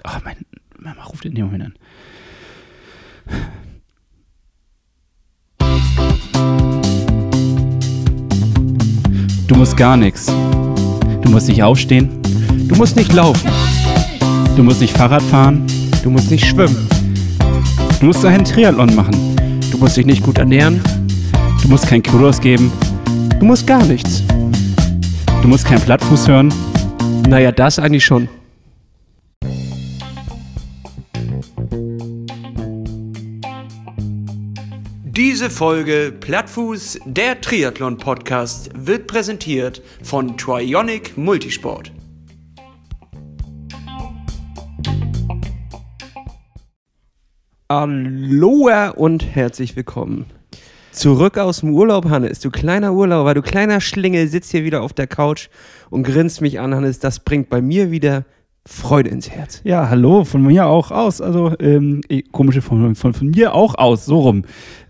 Ach, meine Mama ruft in dem Moment an. Du musst gar nichts. Du musst nicht aufstehen. Du musst nicht laufen. Du musst nicht Fahrrad fahren. Du musst nicht schwimmen. Du musst einen Triathlon machen. Du musst dich nicht gut ernähren. Du musst kein Kilo ausgeben. Du musst gar nichts. Du musst keinen Plattfuß hören. Naja, das eigentlich schon. Diese Folge Plattfuß, der Triathlon-Podcast, wird präsentiert von Trionic Multisport. Aloha und herzlich willkommen. Zurück aus dem Urlaub, Hannes. Du kleiner Urlauber, du kleiner Schlingel, sitzt hier wieder auf der Couch und grinst mich an, Hannes. Das bringt bei mir wieder Freude ins Herz. Ja, hallo, von mir auch aus. Also, komische Formulierung, von mir auch aus, so rum.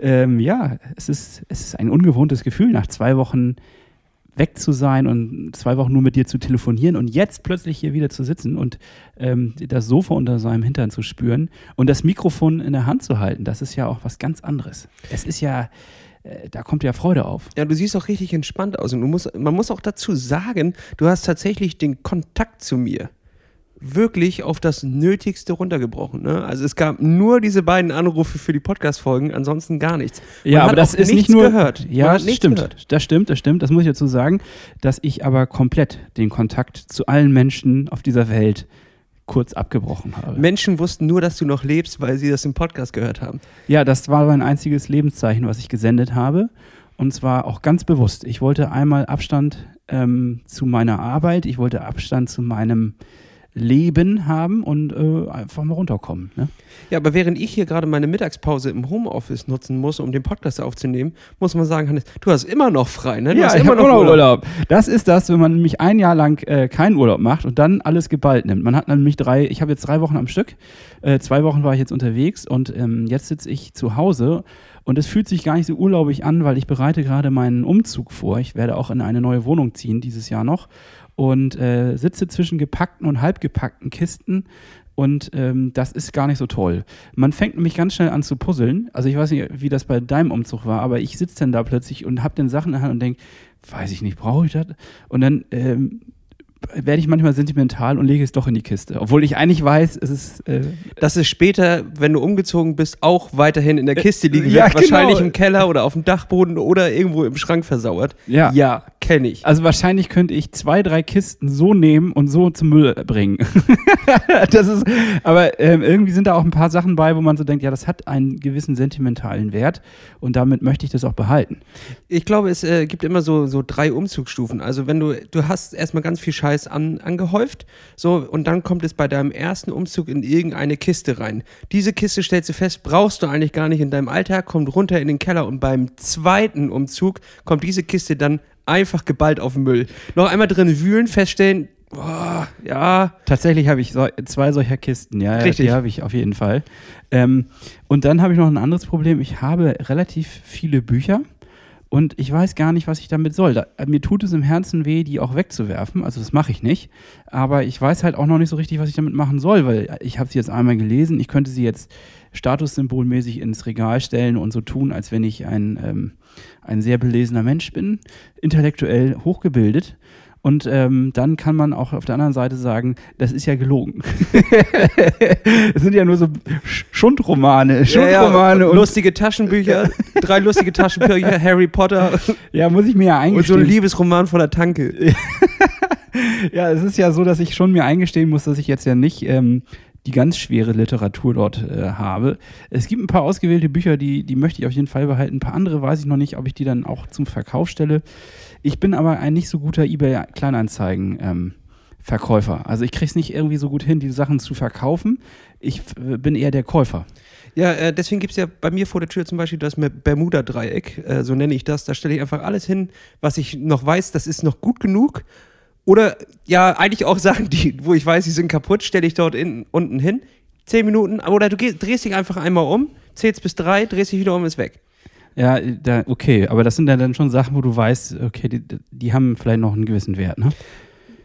Ja, es ist ein ungewohntes Gefühl, nach 2 Wochen weg zu sein und 2 Wochen nur mit dir zu telefonieren und jetzt plötzlich hier wieder zu sitzen und das Sofa unter seinem Hintern zu spüren und das Mikrofon in der Hand zu halten. Das ist ja auch was ganz anderes. Es ist ja, da kommt ja Freude auf. Ja, du siehst auch richtig entspannt aus und man muss auch dazu sagen, du hast tatsächlich den Kontakt zu mir wirklich auf das Nötigste runtergebrochen. Ne? Also es gab nur diese beiden Anrufe für die Podcast-Folgen, ansonsten gar nichts. Ja, aber das ist nicht nur gehört. Ja, das stimmt. Das stimmt. Das muss ich dazu sagen, dass ich aber komplett den Kontakt zu allen Menschen auf dieser Welt kurz abgebrochen habe. Menschen wussten nur, dass du noch lebst, weil sie das im Podcast gehört haben. Ja, das war mein einziges Lebenszeichen, was ich gesendet habe. Und zwar auch ganz bewusst. Ich wollte einmal Abstand zu meiner Arbeit, ich wollte Abstand zu meinem Leben haben und einfach mal runterkommen. Ne? Ja, aber während ich hier gerade meine Mittagspause im Homeoffice nutzen muss, um den Podcast aufzunehmen, muss man sagen, Hannes, du hast immer noch frei, ne? Du hast immer noch Urlaub. Das ist das, wenn man nämlich 1 Jahr lang keinen Urlaub macht und dann alles geballt nimmt. Man hat nämlich ich habe jetzt 3 Wochen am Stück, 2 Wochen war ich jetzt unterwegs und jetzt sitze ich zu Hause. Und es fühlt sich gar nicht so urlaubig an, weil ich bereite gerade meinen Umzug vor. Ich werde auch in eine neue Wohnung ziehen dieses Jahr noch und sitze zwischen gepackten und halbgepackten Kisten und das ist gar nicht so toll. Man fängt nämlich ganz schnell an zu puzzeln. Also ich weiß nicht, wie das bei deinem Umzug war, aber ich sitze dann da plötzlich und habe den Sachen in der Hand und denke, weiß ich nicht, brauche ich das? Und dann werde ich manchmal sentimental und lege es doch in die Kiste. Obwohl ich eigentlich weiß, es ist dass es später, wenn du umgezogen bist, auch weiterhin in der Kiste liegen wird. Ja, wahrscheinlich genau. im Keller oder auf dem Dachboden oder irgendwo im Schrank versauert. Ja, kenne ich. Also wahrscheinlich könnte ich 2, 3 Kisten so nehmen und so zum Müll bringen. Aber irgendwie sind da auch ein paar Sachen bei, wo man so denkt, ja, das hat einen gewissen sentimentalen Wert und damit möchte ich das auch behalten. Ich glaube, es gibt immer so 3 Umzugsstufen. Also wenn du hast erstmal ganz viel Scheiß angehäuft, so, und dann kommt es bei deinem ersten Umzug in irgendeine Kiste rein. Diese Kiste, stellst du fest, brauchst du eigentlich gar nicht in deinem Alltag, kommt runter in den Keller und beim zweiten Umzug kommt diese Kiste dann einfach geballt auf den Müll. Noch einmal drin wühlen, feststellen, boah, ja. Tatsächlich habe ich 2 solcher Kisten, ja, richtig. Die habe ich auf jeden Fall. Und dann habe ich noch ein anderes Problem. Ich habe relativ viele Bücher. Und ich weiß gar nicht, was ich damit soll. Mir tut es im Herzen weh, die auch wegzuwerfen. Also das mache ich nicht. Aber ich weiß halt auch noch nicht so richtig, was ich damit machen soll, weil ich habe sie jetzt einmal gelesen. Ich könnte sie jetzt statussymbolmäßig ins Regal stellen und so tun, als wenn ich ein sehr belesener Mensch bin, intellektuell hochgebildet. Und dann kann man auch auf der anderen Seite sagen, das ist ja gelogen. Es sind ja nur so Schundromane. Und lustige Taschenbücher, 3 lustige Taschenbücher, Harry Potter. Ja, muss ich mir ja eingestehen. Und so ein Liebesroman von der Tanke. Ja, es ist ja so, dass ich schon mir eingestehen muss, dass ich jetzt ja nicht die ganz schwere Literatur dort habe. Es gibt ein paar ausgewählte Bücher, die möchte ich auf jeden Fall behalten. Ein paar andere weiß ich noch nicht, ob ich die dann auch zum Verkauf stelle. Ich bin aber ein nicht so guter eBay-Kleinanzeigen-Verkäufer. Also ich kriege es nicht irgendwie so gut hin, die Sachen zu verkaufen. Ich bin eher der Käufer. Ja, deswegen gibt es ja bei mir vor der Tür zum Beispiel das Bermuda-Dreieck, so nenne ich das. Da stelle ich einfach alles hin, was ich noch weiß, das ist noch gut genug. Oder ja, eigentlich auch Sachen, wo ich weiß, die sind kaputt, stelle ich dort unten hin. 10 Minuten, oder du drehst dich einfach einmal um, zählst bis 3, drehst dich wieder um, ist weg. Ja, okay, aber das sind ja dann schon Sachen, wo du weißt, okay, die haben vielleicht noch einen gewissen Wert, ne?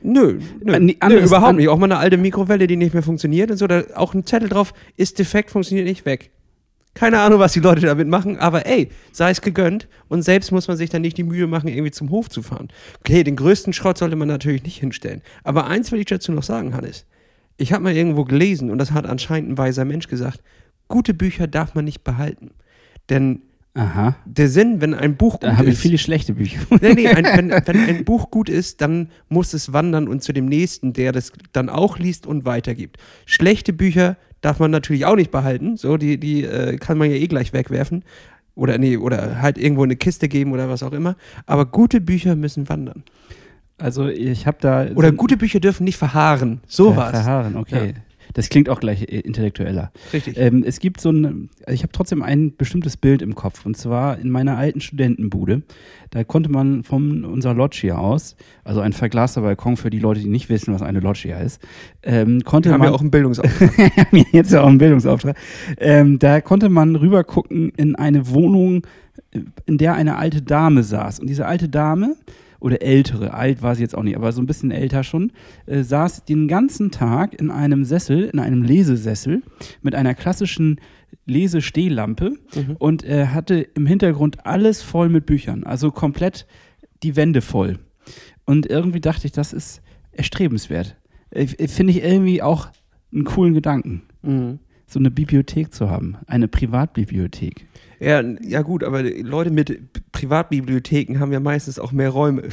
Nö, Anderes- überhaupt nicht. Auch mal eine alte Mikrowelle, die nicht mehr funktioniert und so, da auch ein Zettel drauf, ist defekt, funktioniert nicht, weg. Keine Ahnung, was die Leute damit machen, aber ey, sei es gegönnt und selbst muss man sich dann nicht die Mühe machen, irgendwie zum Hof zu fahren. Okay, den größten Schrott sollte man natürlich nicht hinstellen. Aber eins will ich dazu noch sagen, Hannes. Ich habe mal irgendwo gelesen und das hat anscheinend ein weiser Mensch gesagt, gute Bücher darf man nicht behalten. Denn Aha. der Sinn, wenn ein Buch gut Da habe ich ist, viele schlechte Bücher. nee, wenn ein Buch gut ist, dann muss es wandern und zu dem Nächsten, der das dann auch liest und weitergibt. Schlechte Bücher darf man natürlich auch nicht behalten, so, die kann man ja eh gleich wegwerfen oder halt irgendwo in eine Kiste geben oder was auch immer, aber gute Bücher müssen wandern. Also ich habe da... Oder gute Bücher dürfen nicht verharren, sowas. Verharren, okay. Ja. Das klingt auch gleich intellektueller. Richtig. Es gibt ich habe trotzdem ein bestimmtes Bild im Kopf, und zwar in meiner alten Studentenbude. Da konnte man von unserer Loggia aus, also ein verglaster Balkon für die Leute, die nicht wissen, was eine Loggia ist, konnte haben man... ja auch einen Bildungsauftrag. Jetzt ja auch einen Bildungsauftrag. Da konnte man rüber gucken in eine Wohnung, in der eine alte Dame saß. Und diese alte Dame... oder ältere, alt war sie jetzt auch nicht, aber so ein bisschen älter schon, saß den ganzen Tag in einem Sessel, in einem Lesesessel mit einer klassischen Lesestehlampe und hatte im Hintergrund alles voll mit Büchern, also komplett die Wände voll. Und irgendwie dachte ich, das ist erstrebenswert. Finde ich irgendwie auch einen coolen Gedanken, so eine Bibliothek zu haben, eine Privatbibliothek. Ja gut, aber Leute mit Privatbibliotheken haben ja meistens auch mehr Räume.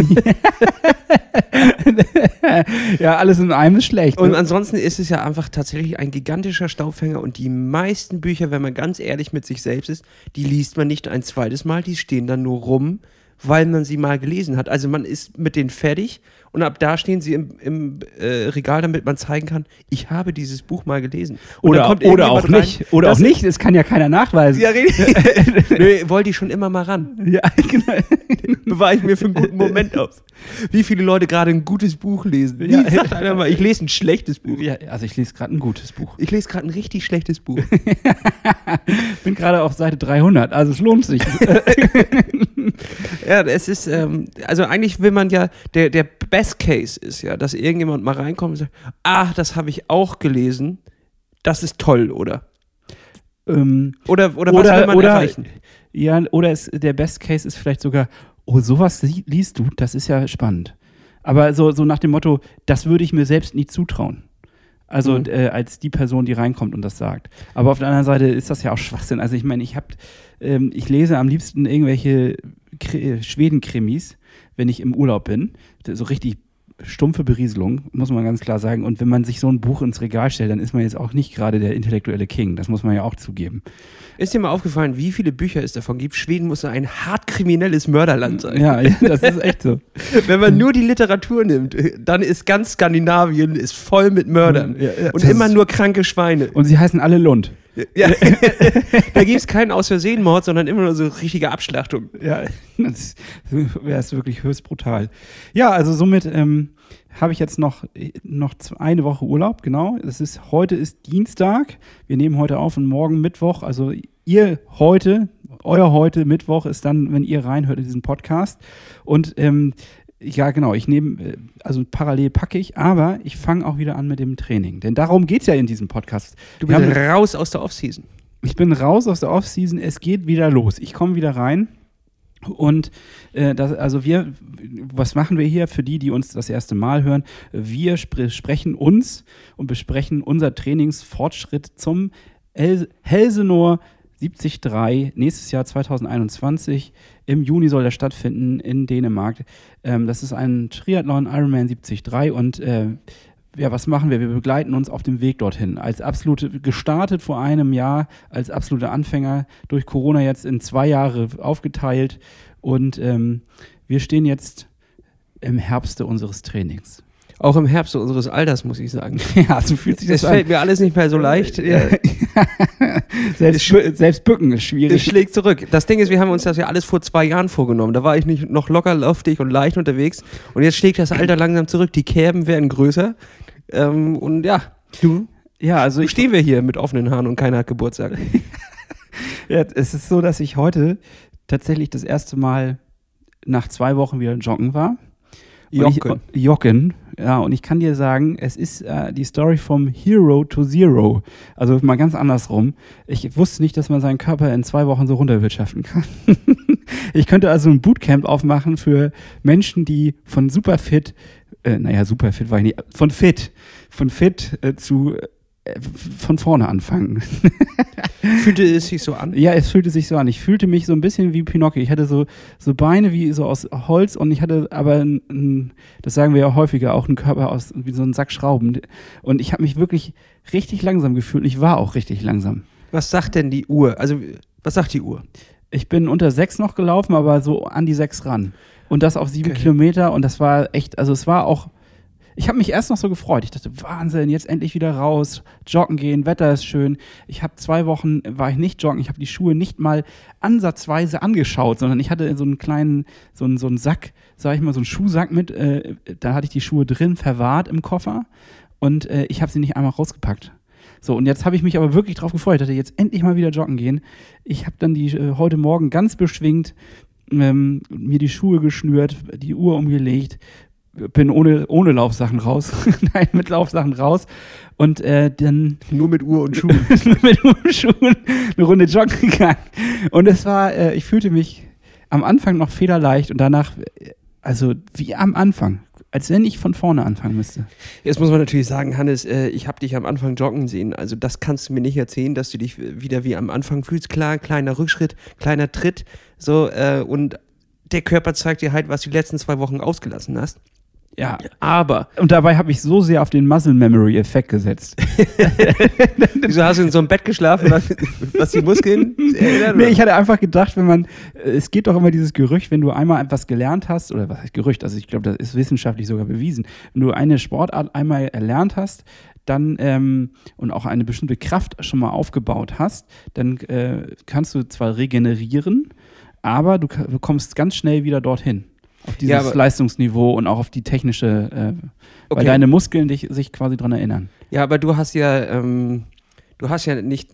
Ja, alles in einem ist schlecht. Und Ne? ansonsten ist es ja einfach tatsächlich ein gigantischer Staubfänger und die meisten Bücher, wenn man ganz ehrlich mit sich selbst ist, die liest man nicht ein zweites Mal, die stehen dann nur rum, weil man sie mal gelesen hat. Also man ist mit denen fertig und ab da stehen sie im Regal, damit man zeigen kann, ich habe dieses Buch mal gelesen. Und Oder, dann kommt oder auch irgendjemand nicht. rein, Oder das- auch nicht, das kann ja keiner nachweisen. Ja, Nö, wollte ich schon immer mal ran. Ja, genau. Bewahre ich mir für einen guten Moment auf. Wie viele Leute gerade ein gutes Buch lesen. Ja. Sagt einer mal, ich lese ein schlechtes Buch. Ja, also ich lese gerade ein gutes Buch. Ich lese gerade ein richtig schlechtes Buch. Bin gerade auf Seite 300, also es lohnt sich. Ja, es ist, also eigentlich will man ja, der Best Case ist ja, dass irgendjemand mal reinkommt und sagt, das habe ich auch gelesen, das ist toll, oder? Oder was will man erreichen? Ja, oder der Best Case ist vielleicht sogar, oh, sowas liest du, das ist ja spannend. Aber so nach dem Motto, das würde ich mir selbst nie zutrauen. Also als die Person, die reinkommt und das sagt. Aber auf der anderen Seite ist das ja auch Schwachsinn. Also ich meine, ich lese am liebsten irgendwelche Schweden-Krimis, wenn ich im Urlaub bin. So richtig stumpfe Berieselung, muss man ganz klar sagen. Und wenn man sich so ein Buch ins Regal stellt, dann ist man jetzt auch nicht gerade der intellektuelle King. Das muss man ja auch zugeben. Ist dir mal aufgefallen, wie viele Bücher es davon gibt? Schweden muss ein hart kriminelles Mörderland sein. Ja, das ist echt so. Wenn man nur die Literatur nimmt, dann ist ganz Skandinavien ist voll mit Mördern. Ja, und immer nur kranke Schweine. Und sie heißen alle Lund. Ja. Da gibt es keinen Aus-Versehen-Mord, sondern immer nur so richtige Abschlachtung. Ja, das wäre es wirklich höchst brutal. Ja, also somit habe ich jetzt noch eine Woche Urlaub, genau. Heute ist Dienstag. Wir nehmen heute auf und morgen Mittwoch. Also euer heute Mittwoch ist dann, wenn ihr reinhört in diesen Podcast. Und ja, genau, ich nehme, also parallel packe ich, aber ich fange auch wieder an mit dem Training. Denn darum geht es ja in diesem Podcast. Du bist raus aus der Off-Season. Ich bin raus aus der Off-Season, es geht wieder los. Ich komme wieder rein. Und was machen wir hier für die uns das erste Mal hören? Wir sprechen uns und besprechen unser Trainingsfortschritt zum Helsenor 73, nächstes Jahr 2021. Im Juni soll der stattfinden in Dänemark. Das ist ein Triathlon Ironman 73 und ja, was machen wir? Wir begleiten uns auf dem Weg dorthin. Gestartet vor einem Jahr, als absolute Anfänger, durch Corona jetzt in 2 Jahre aufgeteilt und wir stehen jetzt im Herbste unseres Trainings. Auch im Herbst unseres Alters, muss ich sagen. Ja, so fühlt sich das an. Es fällt mir alles nicht mehr so leicht. Selbst bücken ist schwierig. Es schlägt zurück. Das Ding ist, wir haben uns das ja alles vor 2 Jahren vorgenommen. Da war ich nicht noch locker, luftig und leicht unterwegs. Und jetzt schlägt das Alter langsam zurück. Die Kerben werden größer. Und ja, stehen wir hier mit offenen Haaren und keiner hat Geburtstag. Ja, es ist so, dass ich heute tatsächlich das erste Mal nach 2 Wochen wieder joggen war. Joggen. Ja, und ich kann dir sagen, es ist die Story vom Hero to Zero. Also mal ganz andersrum. Ich wusste nicht, dass man seinen Körper in 2 Wochen so runterwirtschaften kann. Ich könnte also ein Bootcamp aufmachen für Menschen, die von superfit, superfit war ich nicht, von fit zu von vorne anfangen. Fühlte es sich so an? Ja, es fühlte sich so an. Ich fühlte mich so ein bisschen wie Pinocchio. Ich hatte so Beine wie so aus Holz und ich hatte aber, das sagen wir ja häufiger, auch einen Körper aus wie so ein Sack Schrauben. Und ich habe mich wirklich richtig langsam gefühlt. Ich war auch richtig langsam. Was sagt denn die Uhr? Also, was sagt die Uhr? Ich bin unter 6 noch gelaufen, aber so an die 6 ran. Und das auf 7 Kilometer. Und das war echt, also es war auch, ich habe mich erst noch so gefreut. Ich dachte, Wahnsinn, jetzt endlich wieder raus, joggen gehen, Wetter ist schön. Ich habe 2 Wochen, war ich nicht joggen, ich habe die Schuhe nicht mal ansatzweise angeschaut, sondern ich hatte so einen kleinen, so einen Sack, sag ich mal, so einen Schuhsack mit, da hatte ich die Schuhe drin, verwahrt im Koffer und ich habe sie nicht einmal rausgepackt. So, und jetzt habe ich mich aber wirklich drauf gefreut. Ich dachte, jetzt endlich mal wieder joggen gehen. Ich habe dann heute Morgen ganz beschwingt mir die Schuhe geschnürt, die Uhr umgelegt, bin ohne Laufsachen raus. Nein, mit Laufsachen raus. Und dann. Nur mit Uhr und Schuhen. mit Uhr und Schuhen eine Runde joggen gegangen. Und es war, ich fühlte mich am Anfang noch federleicht und danach, also wie am Anfang. Als wenn ich von vorne anfangen müsste. Jetzt muss man natürlich sagen, Hannes, ich habe dich am Anfang joggen sehen. Also das kannst du mir nicht erzählen, dass du dich wieder wie am Anfang fühlst. Klar, kleiner Rückschritt, kleiner Tritt. So, und der Körper zeigt dir halt, was du die letzten 2 Wochen ausgelassen hast. Ja, aber. Und dabei habe ich so sehr auf den Muscle Memory Effekt gesetzt. Wieso hast du in so einem Bett geschlafen, was die Muskeln erinnern? Nee, ich hatte einfach gedacht, es geht doch immer dieses Gerücht, wenn du einmal etwas gelernt hast, oder was heißt Gerücht, also ich glaube, das ist wissenschaftlich sogar bewiesen, wenn du eine Sportart einmal erlernt hast, dann und auch eine bestimmte Kraft schon mal aufgebaut hast, dann kannst du zwar regenerieren, aber du kommst ganz schnell wieder dorthin. Auf dieses Leistungsniveau und auch auf die technische, weil deine Muskeln sich quasi dran erinnern. Ja, aber du hast dich ja nicht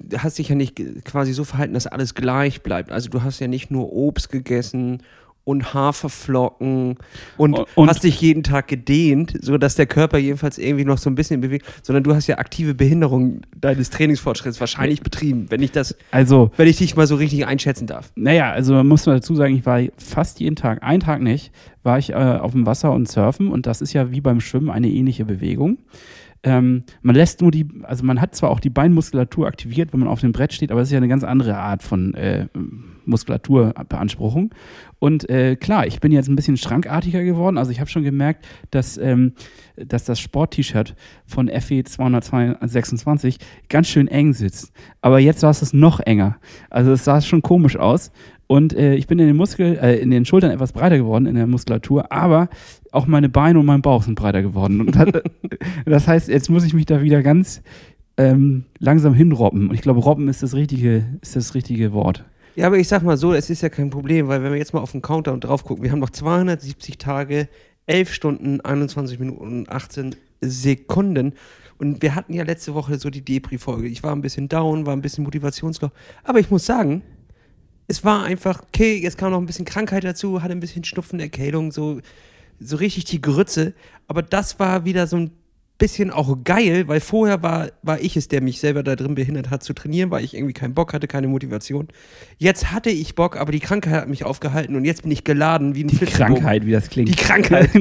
quasi so verhalten, dass alles gleich bleibt. Also du hast ja nicht nur Obst gegessen und Haferflocken und hast dich jeden Tag gedehnt, sodass der Körper jedenfalls irgendwie noch so ein bisschen bewegt, sondern du hast ja aktive Behinderung deines Trainingsfortschritts wahrscheinlich betrieben, wenn ich dich mal so richtig einschätzen darf. Naja, also man muss dazu sagen, ich war fast jeden Tag, einen Tag nicht, war ich auf dem Wasser und surfen und das ist ja wie beim Schwimmen eine ähnliche Bewegung. Man lässt nur man hat zwar auch die Beinmuskulatur aktiviert, wenn man auf dem Brett steht, aber es ist ja eine ganz andere Art von Muskulaturbeanspruchung. Und klar, ich bin jetzt ein bisschen schrankartiger geworden. Also ich habe schon gemerkt, dass das Sport-T-Shirt von FE 226 ganz schön eng sitzt. Aber jetzt war es noch enger. Also es sah schon komisch aus. Und ich bin in den Schultern etwas breiter geworden in der Muskulatur, aber auch meine Beine und mein Bauch sind breiter geworden. Und das heißt, jetzt muss ich mich da wieder ganz langsam hinrobben. Und ich glaube, robben ist das richtige Wort. Ja, aber ich sag mal so, es ist ja kein Problem, weil wenn wir jetzt mal auf den Countdown drauf gucken, wir haben noch 270 Tage, 11 Stunden, 21 Minuten und 18 Sekunden. Und wir hatten ja letzte Woche so die Depri-Folge. Ich war ein bisschen down, war ein bisschen motivationslos. Aber ich muss sagen, es war einfach, okay, jetzt kam noch ein bisschen Krankheit dazu, hatte ein bisschen Schnupfen, Erkältung, so richtig die Grütze. Aber das war wieder so ein bisschen auch geil, weil vorher war ich es, der mich selber da drin behindert hat zu trainieren, weil ich irgendwie keinen Bock hatte, keine Motivation. Jetzt hatte ich Bock, aber die Krankheit hat mich aufgehalten und jetzt bin ich geladen wie ein Flitzebogen. Die Krankheit, wie das klingt. Die Krankheit.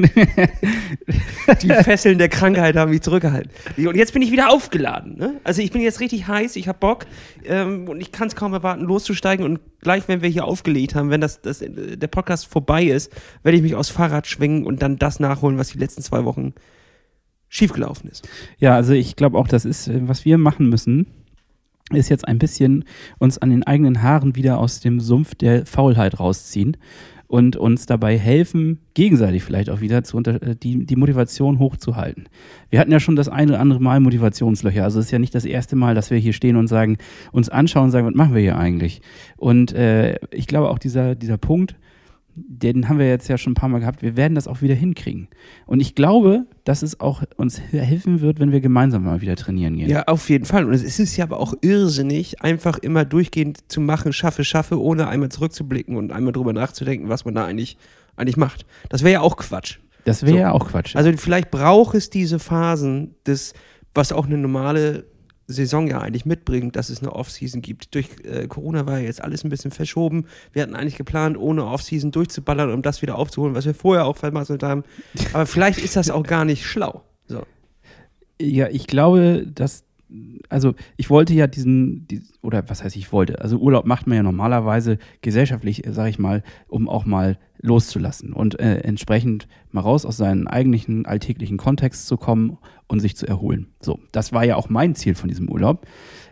Die Fesseln der Krankheit haben mich zurückgehalten. Und jetzt bin ich wieder aufgeladen. Ne? Also ich bin jetzt richtig heiß, ich habe Bock und ich kann es kaum erwarten, loszusteigen und gleich, wenn wir hier aufgelegt haben, wenn der Podcast vorbei ist, werde ich mich aufs Fahrrad schwingen und dann das nachholen, was die letzten 2 Wochen schiefgelaufen ist. Ja, also ich glaube auch, das ist, was wir machen müssen, ist jetzt ein bisschen uns an den eigenen Haaren wieder aus dem Sumpf der Faulheit rausziehen und uns dabei helfen, gegenseitig vielleicht auch wieder die Motivation hochzuhalten. Wir hatten ja schon das eine oder andere Mal Motivationslöcher. Also es ist ja nicht das erste Mal, dass wir hier stehen und uns anschauen und sagen, was machen wir hier eigentlich? Und ich glaube auch dieser Punkt, den haben wir jetzt ja schon ein paar Mal gehabt, wir werden das auch wieder hinkriegen. Und ich glaube, dass es auch uns helfen wird, wenn wir gemeinsam mal wieder trainieren gehen. Ja, auf jeden Fall. Und es ist ja aber auch irrsinnig, einfach immer durchgehend zu machen, schaffe, ohne einmal zurückzublicken und einmal drüber nachzudenken, was man da eigentlich macht. Das wäre ja auch Quatsch. Das wäre ja auch Quatsch. Also vielleicht braucht es diese Phasen, was auch eine normale Saison ja eigentlich mitbringt, dass es eine Off-Season gibt. Durch Corona war ja jetzt alles ein bisschen verschoben. Wir hatten eigentlich geplant, ohne Off-Season durchzuballern, um das wieder aufzuholen, was wir vorher auch vermasselt haben. Aber vielleicht ist das auch gar nicht schlau. So. Ja, ich glaube, also ich wollte ja oder was heißt ich wollte, also Urlaub macht man ja normalerweise gesellschaftlich, sage ich mal, um auch mal loszulassen und entsprechend mal raus aus seinem eigentlichen alltäglichen Kontext zu kommen und sich zu erholen. So, das war ja auch mein Ziel von diesem Urlaub.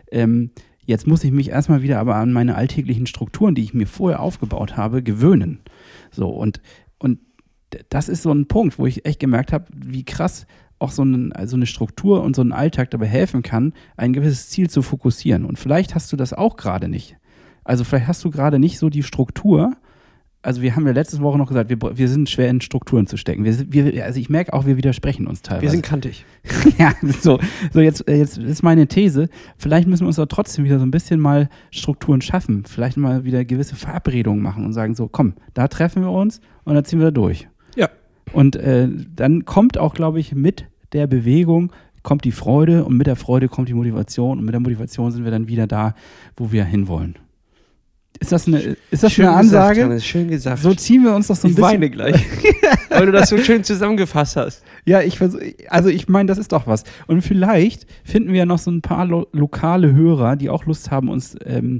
Jetzt muss ich mich erstmal wieder aber an meine alltäglichen Strukturen, die ich mir vorher aufgebaut habe, gewöhnen. So, und das ist so ein Punkt, wo ich echt gemerkt habe, wie krass auch so eine Struktur und so ein Alltag dabei helfen kann, ein gewisses Ziel zu fokussieren. Und vielleicht hast du das auch gerade nicht. Also vielleicht hast du gerade nicht so die Struktur. Also wir haben ja letzte Woche noch gesagt, wir sind schwer in Strukturen zu stecken. Also ich merke auch, wir widersprechen uns teilweise. Wir sind kantig. Ja, so jetzt ist meine These, vielleicht müssen wir uns aber trotzdem wieder so ein bisschen mal Strukturen schaffen. Vielleicht mal wieder gewisse Verabredungen machen und sagen so, komm, da treffen wir uns und dann ziehen wir da durch. Ja. Und dann kommt auch, glaube ich, mit der Bewegung kommt die Freude und mit der Freude kommt die Motivation und mit der Motivation sind wir dann wieder da, wo wir hinwollen. Ist das eine Ansage? Gesagt, Hannes, schön gesagt. So ziehen wir uns doch so ein ich bisschen. Ich weine gleich, weil du das so schön zusammengefasst hast. Ja, ich meine, das ist doch was. Und vielleicht finden wir ja noch so ein paar lokale Hörer, die auch Lust haben, uns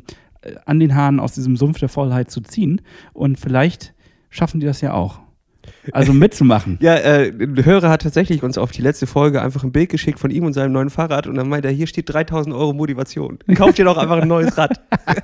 an den Haaren aus diesem Sumpf der Vollheit zu ziehen. Und vielleicht schaffen die das ja auch. Also mitzumachen. Ja, ein Hörer hat tatsächlich uns auf die letzte Folge einfach ein Bild geschickt von ihm und seinem neuen Fahrrad und dann meint er, hier steht 3.000 € Motivation. Kauft dir doch einfach ein neues Rad.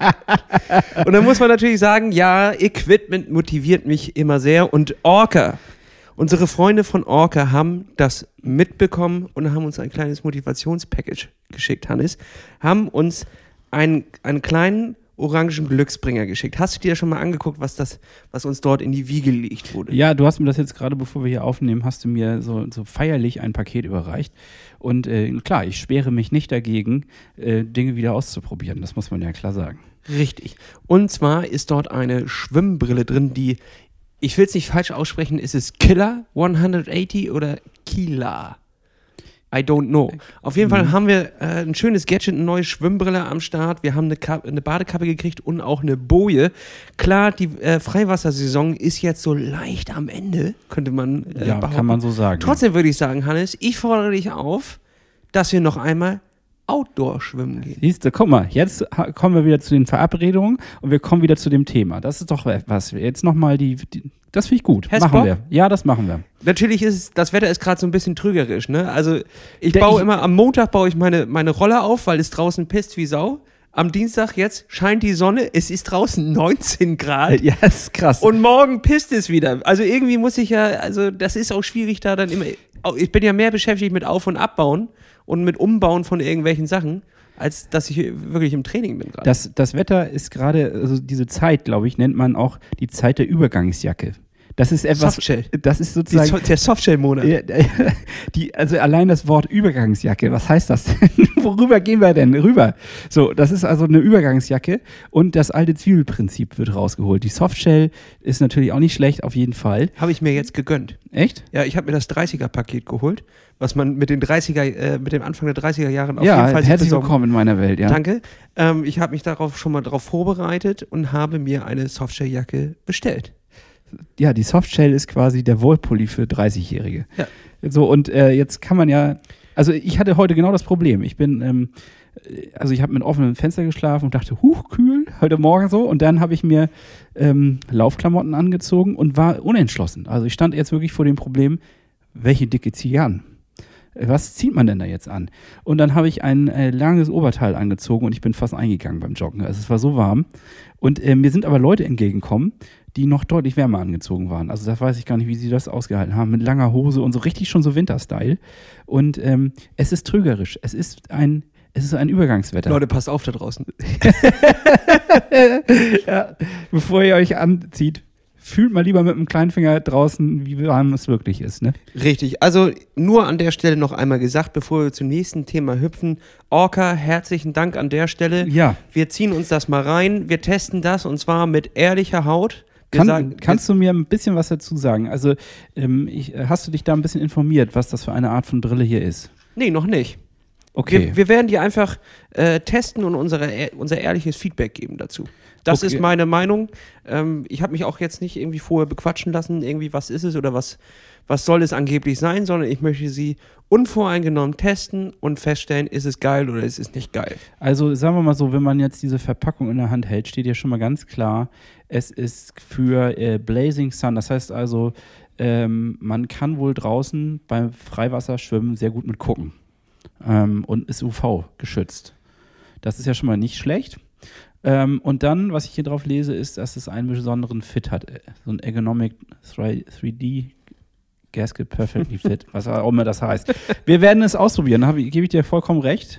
Und dann muss man natürlich sagen, ja, Equipment motiviert mich immer sehr und Orca, unsere Freunde von Orca haben das mitbekommen und haben uns ein kleines Motivationspackage geschickt, Hannes, haben uns einen kleinen orangen Glücksbringer geschickt. Hast du dir schon mal angeguckt, was uns dort in die Wiege gelegt wurde? Ja, du hast mir das jetzt gerade, bevor wir hier aufnehmen, hast du mir so feierlich ein Paket überreicht. Und klar, ich sperre mich nicht dagegen, Dinge wieder auszuprobieren. Das muss man ja klar sagen. Richtig. Und zwar ist dort eine Schwimmbrille drin, die, ich will es nicht falsch aussprechen, ist es Killer 180 oder Kila? I don't know. Auf jeden Fall haben wir ein schönes Gadget, eine neue Schwimmbrille am Start. Wir haben eine Badekappe gekriegt und auch eine Boje. Klar, die Freiwassersaison ist jetzt so leicht am Ende, könnte man behaupten. Kann man so sagen. Trotzdem würde ich sagen, Hannes, ich fordere dich auf, dass wir noch einmal Outdoor schwimmen gehen. Siehst du, guck mal, jetzt kommen wir wieder zu den Verabredungen und wir kommen wieder zu dem Thema. Das ist doch was. Jetzt nochmal das finde ich gut. Hast machen Bock? wir. Ja, das machen wir. Natürlich das Wetter ist gerade so ein bisschen trügerisch, ne? Also am Montag baue ich meine Roller auf, weil es draußen pisst wie Sau. Am Dienstag jetzt scheint die Sonne, es ist draußen 19 Grad. Ja, das ist krass. Und morgen pisst es wieder. Also irgendwie muss ich ja, also das ist auch schwierig da dann immer, ich bin ja mehr beschäftigt mit Auf- und Abbauen und mit Umbauen von irgendwelchen Sachen, als dass ich wirklich im Training bin gerade. Das Wetter ist gerade, also diese Zeit, glaube ich, nennt man auch die Zeit der Übergangsjacke. Das ist etwas. Softshell. Das ist sozusagen. Der Softshell-Monat. Also allein das Wort Übergangsjacke, was heißt das denn? Worüber gehen wir denn rüber? So, das ist also eine Übergangsjacke und das alte Zwiebelprinzip wird rausgeholt. Die Softshell ist natürlich auch nicht schlecht, auf jeden Fall. Habe ich mir jetzt gegönnt. Echt? Ja, ich habe mir das 30er-Paket geholt, was man mit dem Anfang der 30er Jahren auf jeden Fall sieht. Herzlich willkommen in meiner Welt, ja. Danke. Ich habe mich schon mal darauf vorbereitet und habe mir eine Softshell-Jacke bestellt. Ja, die Softshell ist quasi der Wollpulli für 30-Jährige. Ja. So, und jetzt kann man ja, also ich hatte heute genau das Problem. Ich bin, ich habe mit offenem Fenster geschlafen und dachte, kühl, heute Morgen so. Und dann habe ich mir Laufklamotten angezogen und war unentschlossen. Also ich stand jetzt wirklich vor dem Problem, welche Dicke ziehe ich an? Was zieht man denn da jetzt an? Und dann habe ich ein langes Oberteil angezogen und ich bin fast eingegangen beim Joggen. Also es war so warm. Und mir sind aber Leute entgegengekommen, die noch deutlich wärmer angezogen waren. Also da weiß ich gar nicht, wie sie das ausgehalten haben. Mit langer Hose und so richtig schon so Winterstyle. Und es ist trügerisch. Es ist ein Übergangswetter. Leute, passt auf da draußen. Ja, bevor ihr euch anzieht, fühlt mal lieber mit dem kleinen Finger draußen, wie warm es wirklich ist, ne? Richtig. Also nur an der Stelle noch einmal gesagt, bevor wir zum nächsten Thema hüpfen. Orca, herzlichen Dank an der Stelle. Ja. Wir ziehen uns das mal rein. Wir testen das und zwar mit ehrlicher Haut, Kannst du mir ein bisschen was dazu sagen? Also hast du dich da ein bisschen informiert, was das für eine Art von Brille hier ist? Nee, noch nicht. Okay. Wir werden die einfach testen und unser ehrliches Feedback geben dazu. Das ist meine Meinung. Ich habe mich auch jetzt nicht irgendwie vorher bequatschen lassen, irgendwie was ist es oder was soll es angeblich sein, sondern ich möchte sie unvoreingenommen testen und feststellen, ist es geil oder ist es nicht geil. Also sagen wir mal so, wenn man jetzt diese Verpackung in der Hand hält, steht ja schon mal ganz klar, es ist für Blazing Sun. Das heißt also, man kann wohl draußen beim Freiwasserschwimmen sehr gut mit gucken und ist UV geschützt. Das ist ja schon mal nicht schlecht. Und dann, was ich hier drauf lese, ist, dass es einen besonderen Fit hat. So ein Ergonomic 3D Gasket Perfectly Fit, was auch immer das heißt. Wir werden es ausprobieren, gebe ich dir vollkommen recht.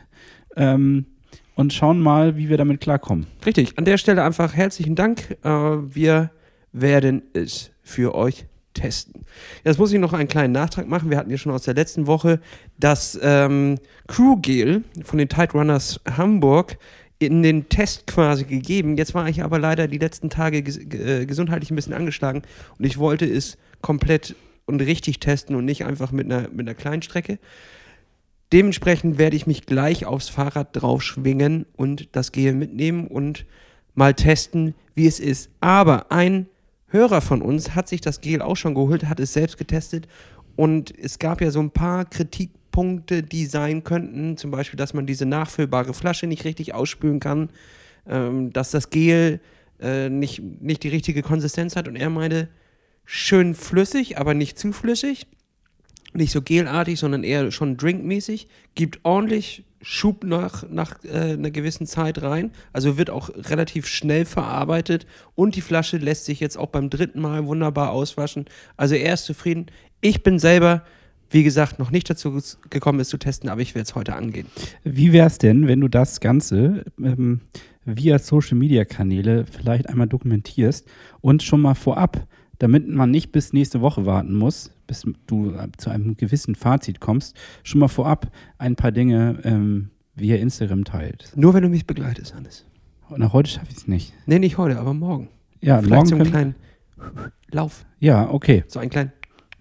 Und schauen mal, wie wir damit klarkommen. Richtig, an der Stelle einfach herzlichen Dank. Wir werden es für euch testen. Jetzt muss ich noch einen kleinen Nachtrag machen. Wir hatten ja schon aus der letzten Woche das Crew-Gel von den Tide Runners Hamburg in den Test quasi gegeben. Jetzt war ich aber leider die letzten Tage gesundheitlich ein bisschen angeschlagen und ich wollte es komplett und richtig testen und nicht einfach mit einer kleinen Strecke. Dementsprechend werde ich mich gleich aufs Fahrrad drauf schwingen und das Gel mitnehmen und mal testen, wie es ist. Aber ein Hörer von uns hat sich das Gel auch schon geholt, hat es selbst getestet und es gab ja so ein paar Kritikpunkte, die sein könnten, zum Beispiel, dass man diese nachfüllbare Flasche nicht richtig ausspülen kann, dass das Gel nicht die richtige Konsistenz hat und er meinte, schön flüssig, aber nicht zu flüssig, nicht so gelartig, sondern eher schon drinkmäßig, gibt ordentlich Schub nach einer gewissen Zeit rein, also wird auch relativ schnell verarbeitet und die Flasche lässt sich jetzt auch beim 3. Mal wunderbar auswaschen, also er ist zufrieden. Ich bin selber, wie gesagt, noch nicht dazu gekommen, es zu testen, aber ich werde es heute angehen. Wie wäre es denn, wenn du das Ganze via Social-Media-Kanäle vielleicht einmal dokumentierst und schon mal vorab, damit man nicht bis nächste Woche warten muss, bis du zu einem gewissen Fazit kommst, schon mal vorab ein paar Dinge via Instagram teilst. Nur wenn du mich begleitest, Hannes. Na, heute schaffe ich es nicht. Nee, nicht heute, aber morgen. Ja, vielleicht morgen so einen kleinen Lauf. Ja, okay. So einen kleinen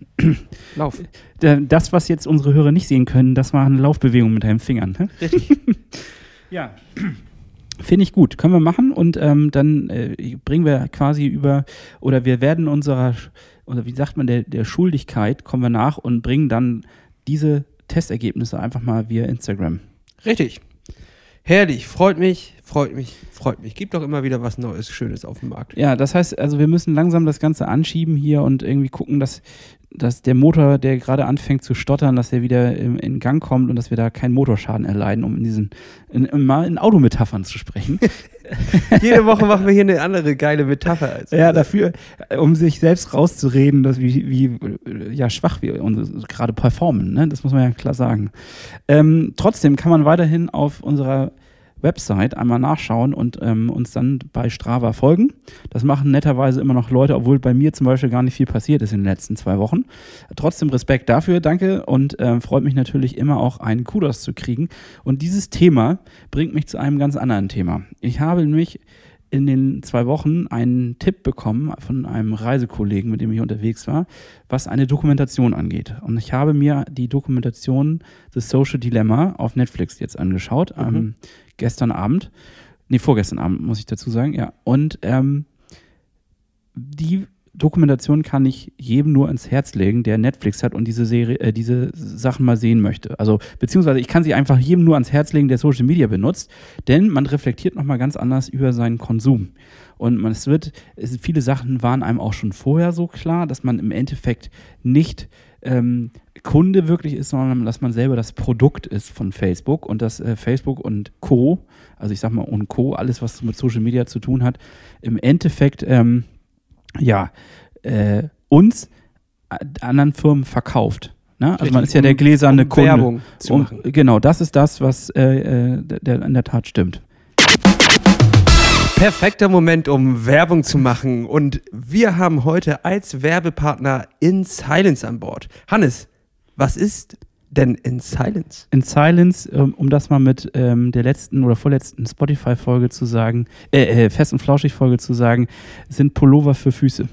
Lauf. Das, was jetzt unsere Hörer nicht sehen können, das war eine Laufbewegung mit deinen Fingern. Ne? Richtig. Ja. Finde ich gut, können wir machen und dann bringen wir quasi wir werden oder wie sagt man, der Schuldigkeit kommen wir nach und bringen dann diese Testergebnisse einfach mal via Instagram. Richtig. Herrlich, freut mich. Gibt doch immer wieder was Neues, Schönes auf dem Markt. Ja, das heißt, also wir müssen langsam das Ganze anschieben hier und irgendwie gucken, dass der Motor, der gerade anfängt zu stottern, dass der wieder in Gang kommt und dass wir da keinen Motorschaden erleiden, um mal in Autometaphern zu sprechen. Jede Woche machen wir hier eine andere geile Metapher. Ja, dafür, um sich selbst rauszureden, dass wie schwach wir uns gerade performen, ne? Das muss man ja klar sagen. Trotzdem kann man weiterhin auf unserer Website einmal nachschauen und uns dann bei Strava folgen. Das machen netterweise immer noch Leute, obwohl bei mir zum Beispiel gar nicht viel passiert ist in den letzten 2 Wochen. Trotzdem Respekt dafür, danke und freut mich natürlich immer auch einen Kudos zu kriegen. Und dieses Thema bringt mich zu einem ganz anderen Thema. Ich habe nämlich in den 2 Wochen einen Tipp bekommen von einem Reisekollegen, mit dem ich unterwegs war, was eine Dokumentation angeht. Und ich habe mir die Dokumentation The Social Dilemma auf Netflix jetzt angeschaut, vorgestern Abend, muss ich dazu sagen, ja. Und die Dokumentation kann ich jedem nur ans Herz legen, der Netflix hat und diese Sachen mal sehen möchte. Also, beziehungsweise ich kann sie einfach jedem nur ans Herz legen, der Social Media benutzt, denn man reflektiert nochmal ganz anders über seinen Konsum. Und viele Sachen waren einem auch schon vorher so klar, dass man im Endeffekt nicht Kunde wirklich ist, sondern dass man selber das Produkt ist von Facebook und dass Facebook und Co., also ich sag mal und Co., alles was mit Social Media zu tun hat, im Endeffekt uns anderen Firmen verkauft. Ne? Also man ist ja der gläserne Kunde. Werbung zu machen. Genau, das ist das, was in der Tat stimmt. Perfekter Moment, um Werbung zu machen. Und wir haben heute als Werbepartner In Silence an Bord. Hannes, was ist denn in Silence? In Silence, um das mal mit der letzten oder vorletzten Spotify-Folge zu sagen, Fest und Flauschig-Folge zu sagen, sind Pullover für Füße.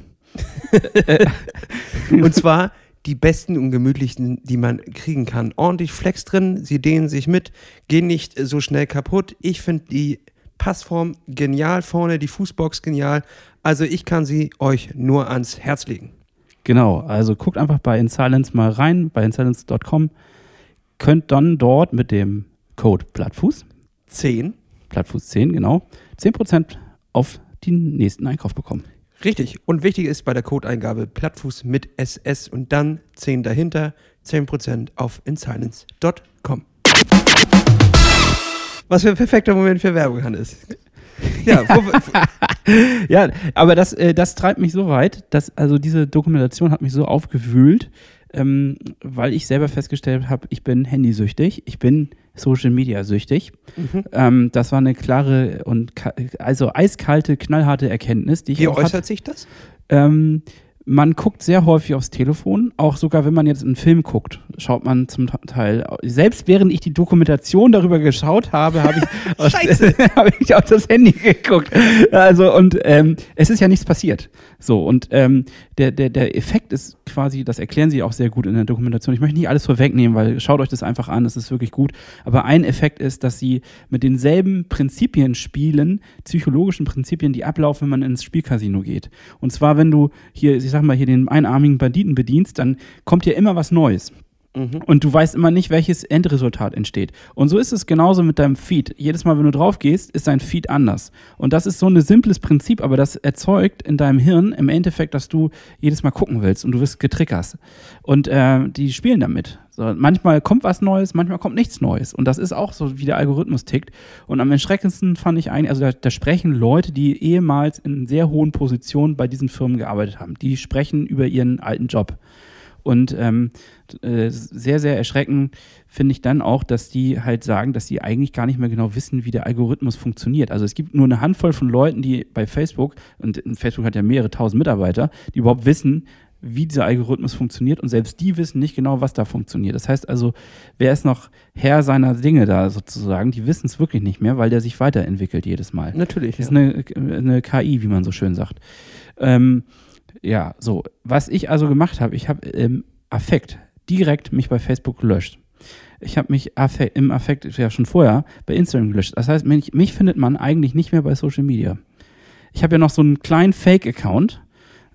Und zwar die besten und gemütlichsten, die man kriegen kann. Ordentlich Flex drin, sie dehnen sich mit, gehen nicht so schnell kaputt. Ich finde die Passform genial vorne, die Fußbox genial. Also ich kann sie euch nur ans Herz legen. Genau, also guckt einfach bei InSilence mal rein, bei insilence.com. Könnt dann dort mit dem Code Plattfuß 10, genau, 10% auf den nächsten Einkauf bekommen. Richtig. Und wichtig ist bei der Codeingabe Plattfuß mit SS und dann 10 dahinter, 10% auf insilence.com. Was für ein perfekter Moment für Werbung, Hannes. Ja, ja, aber das treibt mich so weit, dass also diese Dokumentation hat mich so aufgewühlt, weil ich selber festgestellt habe, ich bin handysüchtig, ich bin Social Media süchtig. Das war eine klare und also eiskalte, knallharte Erkenntnis, die ich Wie auch äußert sich das? Man guckt sehr häufig aufs Telefon, auch sogar wenn man jetzt einen Film guckt, schaut man zum Teil, selbst während ich die Dokumentation darüber geschaut habe, habe ich auf das Handy geguckt. Also und es ist ja nichts passiert. So und der Effekt ist quasi, das erklären sie auch sehr gut in der Dokumentation. Ich möchte nicht alles vorwegnehmen, weil schaut euch das einfach an, das ist wirklich gut. Aber ein Effekt ist, dass sie mit denselben Prinzipien spielen, psychologischen Prinzipien, die ablaufen, wenn man ins Spielcasino geht. Und zwar, wenn du hier, ich sag mal, hier den einarmigen Banditen bedienst, dann kommt hier immer was Neues. Und du weißt immer nicht, welches Endresultat entsteht. Und so ist es genauso mit deinem Feed. Jedes Mal, wenn du drauf gehst, ist dein Feed anders. Und das ist so ein simples Prinzip, aber das erzeugt in deinem Hirn im Endeffekt, dass du jedes Mal gucken willst und du wirst getriggert. Und die spielen damit. So, manchmal kommt was Neues, manchmal kommt nichts Neues. Und das ist auch so, wie der Algorithmus tickt. Und am erschreckendsten fand ich eigentlich, also da sprechen Leute, die ehemals in sehr hohen Positionen bei diesen Firmen gearbeitet haben. Die sprechen über ihren alten Job. Und sehr, sehr erschreckend finde ich dann auch, dass die halt sagen, dass sie eigentlich gar nicht mehr genau wissen, wie der Algorithmus funktioniert. Also es gibt nur eine Handvoll von Leuten, die bei Facebook, und Facebook hat ja mehrere tausend Mitarbeiter, die überhaupt wissen, wie dieser Algorithmus funktioniert, und selbst die wissen nicht genau, was da funktioniert. Das heißt also, wer ist noch Herr seiner Dinge da sozusagen, die wissen es wirklich nicht mehr, weil der sich weiterentwickelt jedes Mal. Natürlich. Das ist eine KI, wie man so schön sagt. Ja, so. Was ich also gemacht habe, ich habe im Affekt direkt mich bei Facebook gelöscht. Ich habe mich im Affekt ja schon vorher bei Instagram gelöscht. Das heißt, mich findet man eigentlich nicht mehr bei Social Media. Ich habe ja noch so einen kleinen Fake-Account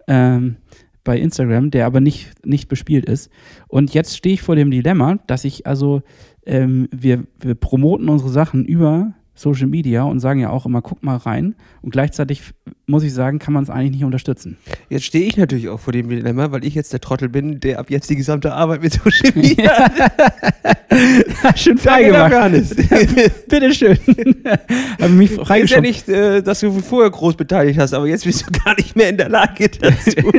bei Instagram, der aber nicht bespielt ist. Und jetzt stehe ich vor dem Dilemma, dass ich also, wir promoten unsere Sachen über Social Media und sagen ja auch immer, guck mal rein. Und gleichzeitig, muss ich sagen, kann man es eigentlich nicht unterstützen. Jetzt stehe ich natürlich auch vor dem Dilemma, weil ich jetzt der Trottel bin, der ab jetzt die gesamte Arbeit mit Social Media schön frei gemacht. Gar nicht. Bitteschön. Habe mich freigeschoben. Ist ja nicht, dass du vorher groß beteiligt hast, aber jetzt bist du gar nicht mehr in der Lage dazu.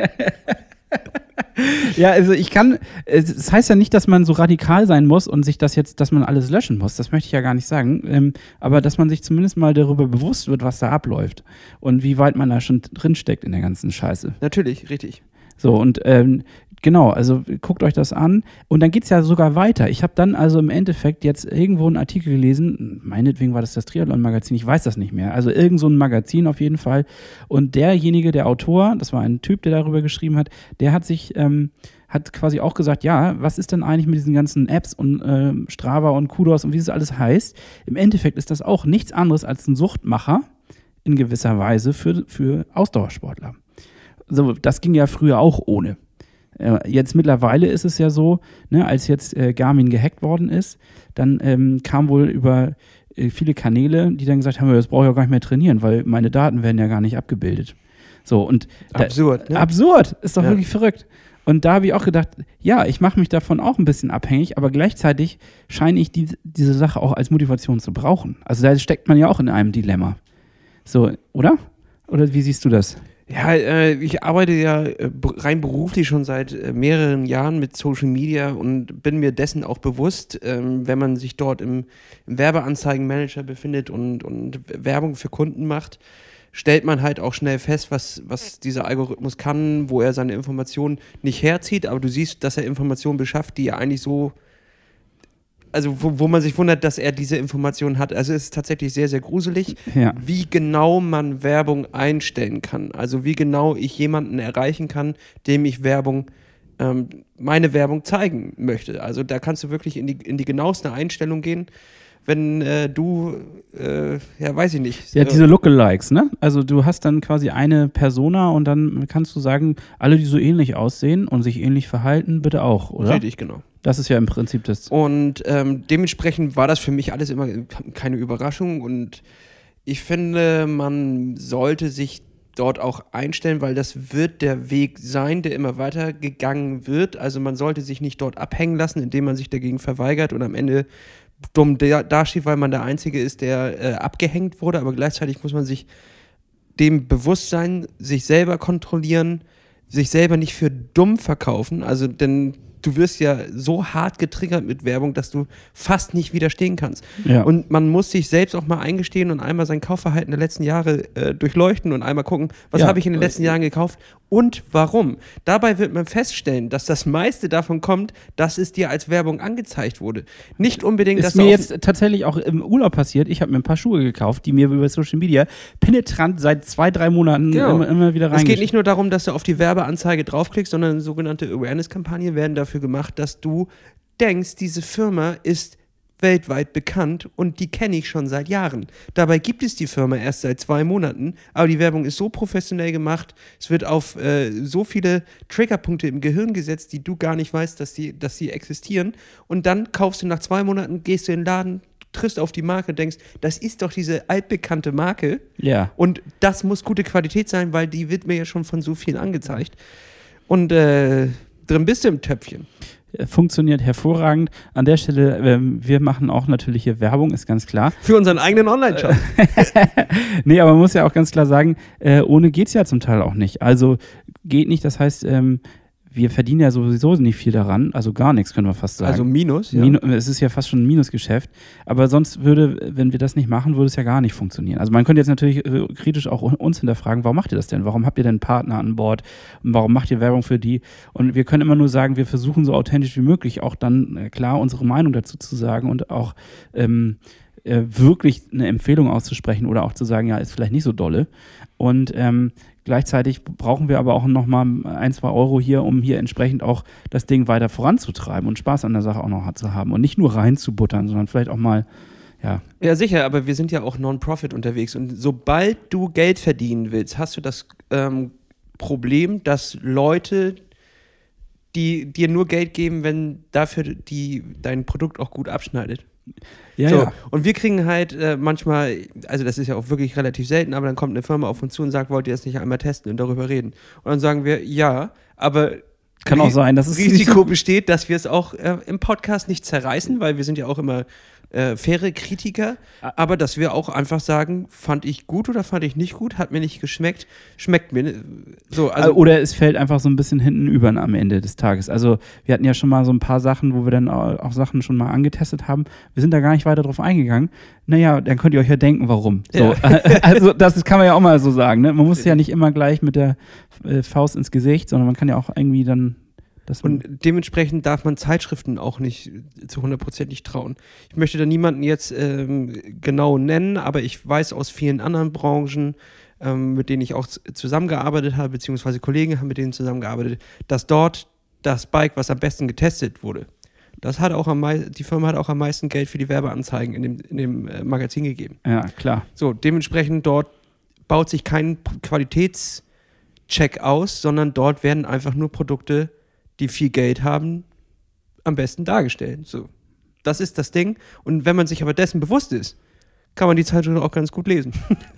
Ja, also es heißt ja nicht, dass man so radikal sein muss und sich dass man alles löschen muss. Das möchte ich ja gar nicht sagen. Aber dass man sich zumindest mal darüber bewusst wird, was da abläuft und wie weit man da schon drinsteckt in der ganzen Scheiße. Natürlich, richtig. So, und genau, also guckt euch das an. Und dann geht es ja sogar weiter. Ich habe dann also im Endeffekt jetzt irgendwo einen Artikel gelesen, meinetwegen war das Triathlon-Magazin, ich weiß das nicht mehr. Also irgend so ein Magazin auf jeden Fall. Und derjenige, der Autor, das war ein Typ, der darüber geschrieben hat, der hat sich, hat quasi auch gesagt, ja, was ist denn eigentlich mit diesen ganzen Apps und Strava und Kudos und wie es alles heißt? Im Endeffekt ist das auch nichts anderes als ein Suchtmacher in gewisser Weise für Ausdauersportler. So, das ging ja früher auch ohne. Jetzt mittlerweile ist es ja so, ne, als jetzt Garmin gehackt worden ist, dann kam wohl über viele Kanäle, die dann gesagt haben, das brauche ich auch gar nicht mehr trainieren, weil meine Daten werden ja gar nicht abgebildet. So, und absurd, ne? Absurd, ist doch wirklich verrückt. Und da habe ich auch gedacht, ja, ich mache mich davon auch ein bisschen abhängig, aber gleichzeitig scheine ich diese Sache auch als Motivation zu brauchen. Also da steckt man ja auch in einem Dilemma. So, oder? Oder wie siehst du das? Ja, ich arbeite ja rein beruflich schon seit mehreren Jahren mit Social Media und bin mir dessen auch bewusst, wenn man sich dort im Werbeanzeigenmanager befindet und Werbung für Kunden macht, stellt man halt auch schnell fest, was dieser Algorithmus kann, wo er seine Informationen nicht herzieht, aber du siehst, dass er Informationen beschafft, die er eigentlich so also wo man sich wundert, dass er diese Informationen hat. Also es ist tatsächlich sehr, sehr gruselig, Ja. wie genau man Werbung einstellen kann. Also wie genau ich jemanden erreichen kann, dem ich meine Werbung zeigen möchte. Also da kannst du wirklich in die genaueste Einstellung gehen, wenn weiß ich nicht. Ja, diese Lookalikes, ne? Also du hast dann quasi eine Persona und dann kannst du sagen, alle, die so ähnlich aussehen und sich ähnlich verhalten, bitte auch, oder? Richtig, genau. Das ist ja im Prinzip das. Und dementsprechend war das für mich alles immer keine Überraschung und ich finde, man sollte sich dort auch einstellen, weil das wird der Weg sein, der immer weiter gegangen wird. Also man sollte sich nicht dort abhängen lassen, indem man sich dagegen verweigert und am Ende dumm dasteht, weil man der Einzige ist, der abgehängt wurde, aber gleichzeitig muss man sich dem bewusst sein, sich selber kontrollieren, sich selber nicht für dumm verkaufen, also denn du wirst ja so hart getriggert mit Werbung, dass du fast nicht widerstehen kannst. Ja. Und man muss sich selbst auch mal eingestehen und einmal sein Kaufverhalten der letzten Jahre durchleuchten und einmal gucken, was habe ich in den letzten Jahren gekauft und warum. Dabei wird man feststellen, dass das meiste davon kommt, dass es dir als Werbung angezeigt wurde. Nicht unbedingt, dass ist mir jetzt tatsächlich auch im Urlaub passiert. Ich habe mir ein paar Schuhe gekauft, die mir über Social Media penetrant seit 2-3 Monaten immer wieder rein. Es geht nicht nur darum, dass du auf die Werbeanzeige draufklickst, sondern sogenannte Awareness-Kampagnen werden dafür gemacht, dass du denkst, diese Firma ist weltweit bekannt und die kenne ich schon seit Jahren. Dabei gibt es die Firma erst seit 2 Monaten, aber die Werbung ist so professionell gemacht, es wird auf so viele Triggerpunkte im Gehirn gesetzt, die du gar nicht weißt, dass sie existieren und dann kaufst du nach 2 Monaten, gehst du in den Laden, triffst auf die Marke, denkst, das ist doch diese altbekannte Marke und das muss gute Qualität sein, weil die wird mir ja schon von so vielen angezeigt und drin bist du im Töpfchen. Funktioniert hervorragend. An der Stelle, wir machen auch natürlich hier Werbung, ist ganz klar. Für unseren eigenen Online-Shop. Nee, aber man muss ja auch ganz klar sagen, ohne geht's ja zum Teil auch nicht. Also geht nicht, das heißt, wir verdienen ja sowieso nicht viel daran, also gar nichts, können wir fast sagen. Also Minus, ja. Es ist ja fast schon ein Minusgeschäft, aber sonst wenn wir das nicht machen, würde es ja gar nicht funktionieren. Also man könnte jetzt natürlich kritisch auch uns hinterfragen, warum macht ihr das denn? Warum habt ihr denn Partner an Bord? Und warum macht ihr Werbung für die? Und wir können immer nur sagen, wir versuchen so authentisch wie möglich auch dann klar unsere Meinung dazu zu sagen und auch wirklich eine Empfehlung auszusprechen oder auch zu sagen, ja, ist vielleicht nicht so dolle. Und gleichzeitig brauchen wir aber auch nochmal 1-2 Euro hier, um hier entsprechend auch das Ding weiter voranzutreiben und Spaß an der Sache auch noch zu haben und nicht nur reinzubuttern, sondern vielleicht auch mal, ja. Ja, sicher, aber wir sind ja auch Non-Profit unterwegs und sobald du Geld verdienen willst, hast du das Problem, dass Leute, die dir nur Geld geben, wenn dafür dein Produkt auch gut abschneidet. Ja, so, ja. Und wir kriegen halt manchmal, also das ist ja auch wirklich relativ selten, aber dann kommt eine Firma auf uns zu und sagt, wollt ihr das nicht einmal testen und darüber reden? Und dann sagen wir, ja, aber kann auch sein, dass es Risiko besteht, dass wir es auch im Podcast nicht zerreißen, weil wir sind ja auch immer faire Kritiker, aber dass wir auch einfach sagen, fand ich gut oder fand ich nicht gut, hat mir nicht geschmeckt, schmeckt mir. So, also oder es fällt einfach so ein bisschen hinten über am Ende des Tages. Also wir hatten ja schon mal so ein paar Sachen, wo wir dann auch Sachen schon mal angetestet haben. Wir sind da gar nicht weiter drauf eingegangen. Naja, dann könnt ihr euch ja denken, warum. So, also das kann man ja auch mal so sagen. Ne? Man muss ja nicht immer gleich mit der Faust ins Gesicht, sondern man kann ja auch irgendwie dann und dementsprechend darf man Zeitschriften auch nicht zu 100% trauen. Ich möchte da niemanden jetzt genau nennen, aber ich weiß aus vielen anderen Branchen, mit denen ich auch zusammengearbeitet habe, beziehungsweise Kollegen haben mit denen zusammengearbeitet, dass dort das Bike, was am besten getestet wurde, die Firma hat auch am meisten Geld für die Werbeanzeigen in dem Magazin gegeben. Ja, klar. So, dementsprechend dort baut sich kein Qualitätscheck aus, sondern dort werden einfach nur Produkte, die viel Geld haben, am besten dargestellt. So. Das ist das Ding. Und wenn man sich aber dessen bewusst ist, kann man die Zeitschrift auch ganz gut lesen.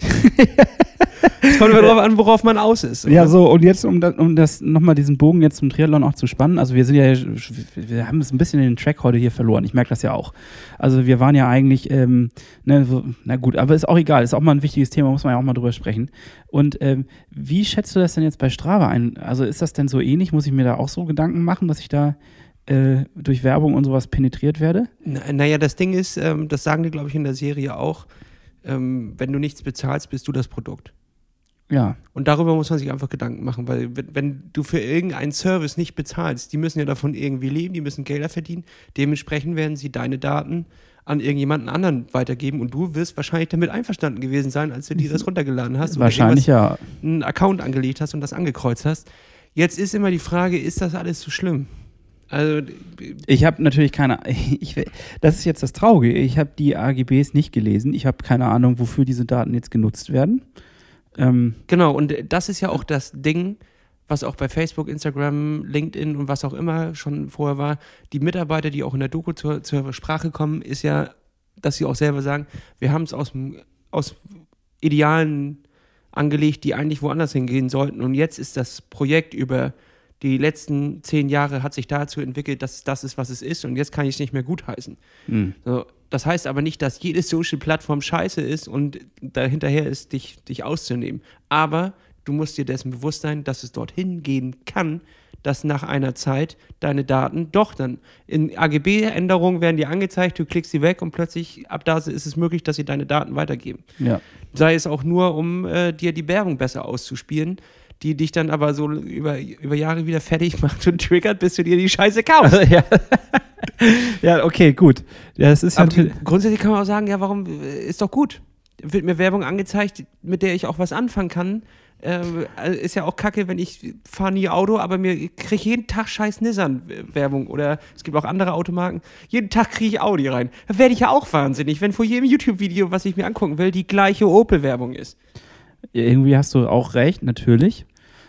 Es kommt immer darauf an, worauf man aus ist. Oder? Ja, so, und jetzt, um das nochmal diesen Bogen jetzt zum Triathlon auch zu spannen, also wir haben es ein bisschen in den Track heute hier verloren, ich merke das ja auch. Also wir waren ja eigentlich, na gut, aber ist auch egal, ist auch mal ein wichtiges Thema, muss man ja auch mal drüber sprechen. Und wie schätzt du das denn jetzt bei Strava ein? Also ist das denn so ähnlich, muss ich mir da auch so Gedanken machen, dass ich da durch Werbung und sowas penetriert werde? Naja, das Ding ist, das sagen die, glaube ich, in der Serie auch, wenn du nichts bezahlst, bist du das Produkt. Ja. Und darüber muss man sich einfach Gedanken machen, weil wenn du für irgendeinen Service nicht bezahlst, die müssen ja davon irgendwie leben, die müssen Gelder verdienen, dementsprechend werden sie deine Daten an irgendjemanden anderen weitergeben und du wirst wahrscheinlich damit einverstanden gewesen sein, als du dir das runtergeladen hast Wahrscheinlich ja. einen Account angelegt hast und das angekreuzt hast. Jetzt ist immer die Frage, ist das alles so schlimm? Also ich habe natürlich das ist jetzt das Traurige, ich habe die AGBs nicht gelesen, ich habe keine Ahnung, wofür diese Daten jetzt genutzt werden. Genau, und das ist ja auch das Ding, was auch bei Facebook, Instagram, LinkedIn und was auch immer schon vorher war, die Mitarbeiter, die auch in der Doku zur Sprache kommen, ist ja, dass sie auch selber sagen, wir haben es aus Idealen angelegt, die eigentlich woanders hingehen sollten und jetzt ist das Projekt über die letzten 10 Jahre hat sich dazu entwickelt, dass das ist, was es ist und jetzt kann ich es nicht mehr gutheißen. So, das heißt aber nicht, dass jede Social-Plattform scheiße ist und dahinterher ist, dich auszunehmen. Aber du musst dir dessen bewusst sein, dass es dorthin gehen kann, dass nach einer Zeit deine Daten doch dann in AGB-Änderungen werden dir angezeigt, du klickst sie weg und plötzlich ab da ist es möglich, dass sie deine Daten weitergeben. Ja. Sei es auch nur, um dir die Werbung besser auszuspielen, die dich dann aber so über Jahre wieder fertig macht und triggert, bis du dir die Scheiße kaufst. Ja. Ja, okay, gut. Ja, das ist natürlich. Grundsätzlich kann man auch sagen, ja, warum ist doch gut. Wird mir Werbung angezeigt, mit der ich auch was anfangen kann. Ist ja auch kacke, wenn ich fahre nie Auto, aber mir kriege jeden Tag scheiß Nissan-Werbung oder es gibt auch andere Automarken. Jeden Tag kriege ich Audi rein. Da werde ich ja auch wahnsinnig, wenn vor jedem YouTube-Video, was ich mir angucken will, die gleiche Opel-Werbung ist. Irgendwie hast du auch recht, natürlich.